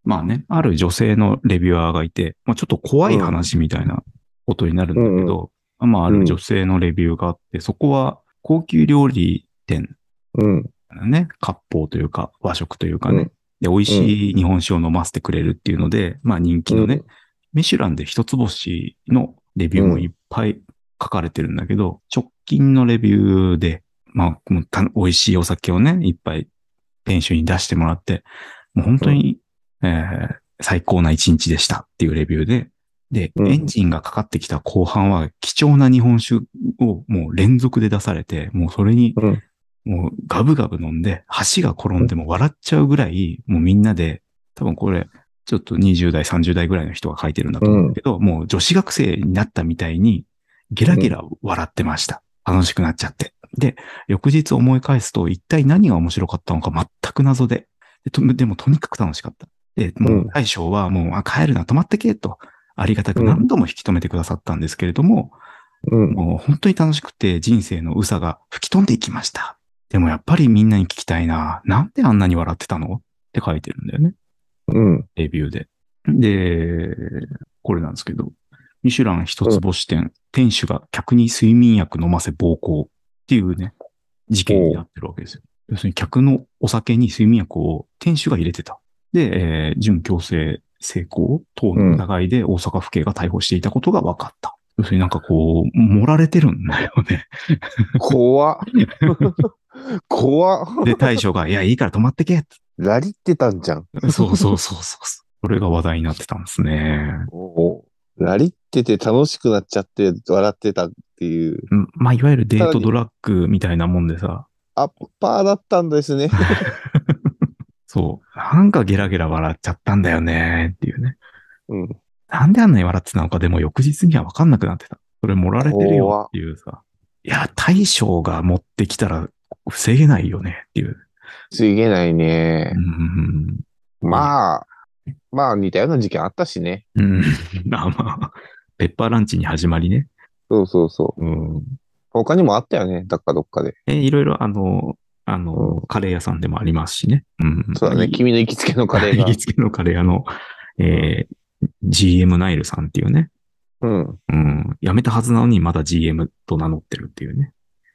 まあね、ある女性のレビュアーがいて、まあちょっと怖い話みたいなことになるんだけど、まあある女性のレビューがあって、そこは高級料理店、ね、割烹というか和食というかね、で、美味しい日本酒を飲ませてくれるっていうので、まあ人気のね、ミシュランで一つ星のレビューもいっぱい書かれてるんだけど、直近のレビューで、まあ、美味しいお酒をね、いっぱい店主に出してもらって、もう本当に、最高な一日でしたっていうレビューで、で、エンジンがかかってきた後半は貴重な日本酒をもう連続で出されて、もうそれに、もうガブガブ飲んで、箸が転んでも笑っちゃうぐらい、もうみんなで、多分これ、ちょっと20代、30代ぐらいの人が書いてるんだと思うんだけど、もう女子学生になったみたいに、ゲラゲラ笑ってました。楽しくなっちゃって。で、翌日思い返すと、一体何が面白かったのか全く謎で。でもとにかく楽しかった。で、もう大将はもう、帰るな、泊まってけと、ありがたく何度も引き止めてくださったんですけれども、もう本当に楽しくて人生の憂さが吹き飛んでいきました。でもやっぱりみんなに聞きたいな。なんであんなに笑ってたのって書いてるんだよね。レビューで。で、これなんですけど、ミシュラン一つ星店、店主が客に睡眠薬飲ませ暴行っていうね、事件になってるわけですよ。要するに客のお酒に睡眠薬を店主が入れてた。で、準強制性交等の疑いで大阪府警が逮捕していたことが分かった。要するになんかこう、盛られてるんだよね。 怖っ。怖っ。 で、大将が、いや、いいから泊まってけ。 ラリってたんじゃん。 そう。それが話題になってたんですね。 ラリってて楽しくなっちゃって笑ってたっていう。 まあ、いわゆるデートドラッグみたいなもんでさ。 アッパーだったんですね。 そう。なんかゲラゲラ笑っちゃったんだよねっていうね。なんであんなに笑ってたのかでも翌日には分かんなくなってた。それ盛られてるよっていうさ。いや、大将が持ってきたら防げないよねっていう。 防げないね。まあ似たような事件あったしね。 まあ、ペッパーランチに始まりね。 そう。他にもあったよね。どっかで。 いろいろカレー屋さんでもありますしね。 そうだね。君の行きつけのカレーが。 行きつけのカレー屋の、GM ナイルさんっていうね。辞めたはずなのにまだ GM と名乗ってるっていうね。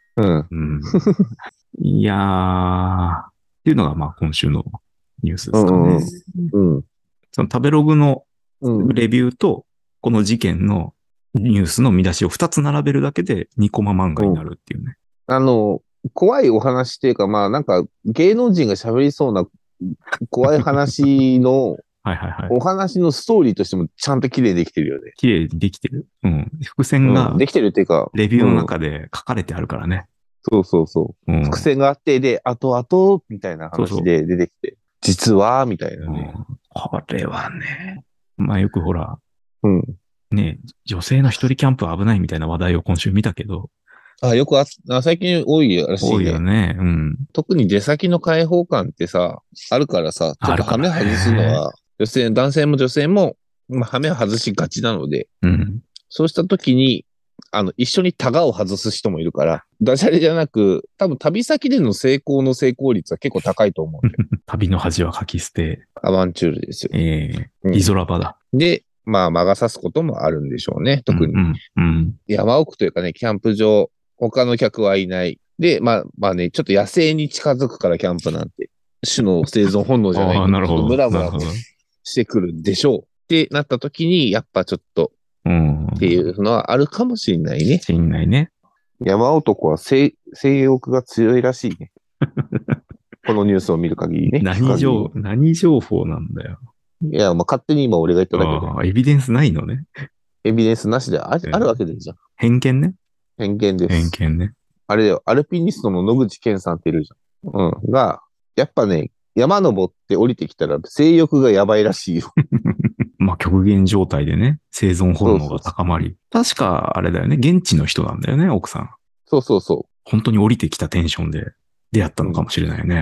いやー、っていうのがまあ今週のニュースですかね。その食べログのレビューと、この事件のニュースの見出しを2つ並べるだけで2コマ漫画になるっていうね。 怖いお話っていうか、まあなんか芸能人が喋りそうな怖い話のお話のストーリーとしてもちゃんと綺麗にできてるよね。 綺麗にできてる。伏線が、 できてるっていうか、 レビューの中で書かれてあるからね。 そう。伏線があって、で、後々、みたいな話で出てきて、実は、みたいなね。 これはね、まあよくほら、ね、女性の一人キャンプは危ないみたいな話題を今週見たけど、 よく最近多いらしいね。 多いよね。 特に出先の開放感ってさ、あるからさ、ちょっと羽目外すのは、男性も女性も、羽目を外しがちなので、そうした時に、一緒にタガを外す人もいるから、ダジャレじゃなく、多分旅先での成功率は結構高いと思うんで。 旅の恥はかき捨て。 アバンチュールですよ。 リゾラバだ。 で、まあ、魔が差すこともあるんでしょうね。特に。山奥というかね、キャンプ場、他の客はいない。で、まあね、ちょっと野生に近づくからキャンプなんて、種の生存本能じゃないけど、 なるほど。 ムラムラしてくるでしょう。ってなった時に、やっぱちょっと、っていうのはあるかもしれないね。山男は性欲が強いらしいね。このニュースを見る限りね。 何情報なんだよ。 いや、まあ勝手に今俺が言っただけで。 エビデンスないのね。 エビデンスなしであるわけでじゃん。 偏見ね。 偏見です。 偏見ね。 あれだよ、アルピニストの野口健さんっているじゃん。が、やっぱね、山登って降りてきたら性欲がやばいらしいよ。 まあ極限状態でね、生存本能が高まり。確かあれだよね、現地の人なんだよね、奥さん。 そう。 本当に降りてきたテンションで出会ったのかもしれないよね。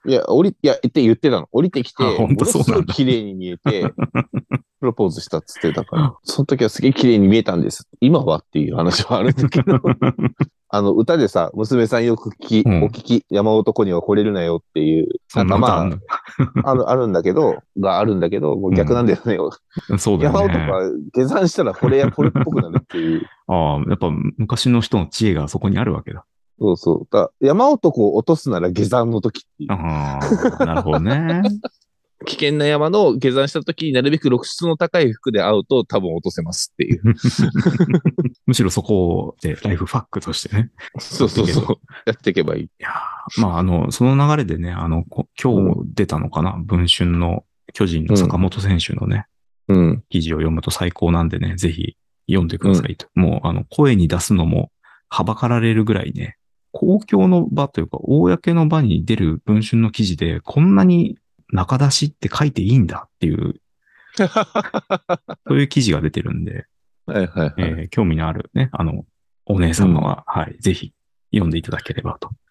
いや、言ってたの。降りてきて、 本当ものすごい綺麗に見えて、プロポーズしたっつってたから、その時はすげえ綺麗に見えたんです。今はっていう話はあるんだけど、歌でさ、娘さんよくお聞き、山男には惚れるなよっていう、なんかまあ、あるんだけど、もう逆なんだよね。 そうだよね。 山男は下山したら惚れっぽくなるっていう。 ああ、やっぱ昔の人の知恵がそこにあるわけだ。 そうそう。山男を落とすなら下山の時っていう。 ああ、なるほどね。 危険な山の下山した時になるべく露出の高い服で会うと多分落とせますっていう。 むしろそこでライフファックとしてね。 そうそうそう。やっていけばいい。いやまあその流れでね、今日出たのかな、文春の巨人の坂本選手のね、記事を読むと最高なんでね、ぜひ読んでくださいと。もう声に出すのもはばかられるぐらいね、公共の場というか、公の場に出る文春の記事で、こんなに中出しって書いていいんだっていう、そういう記事が出てるんで、 はいはいはい。 興味のあるね、お姉様は、はい、ぜひ読んでいただければと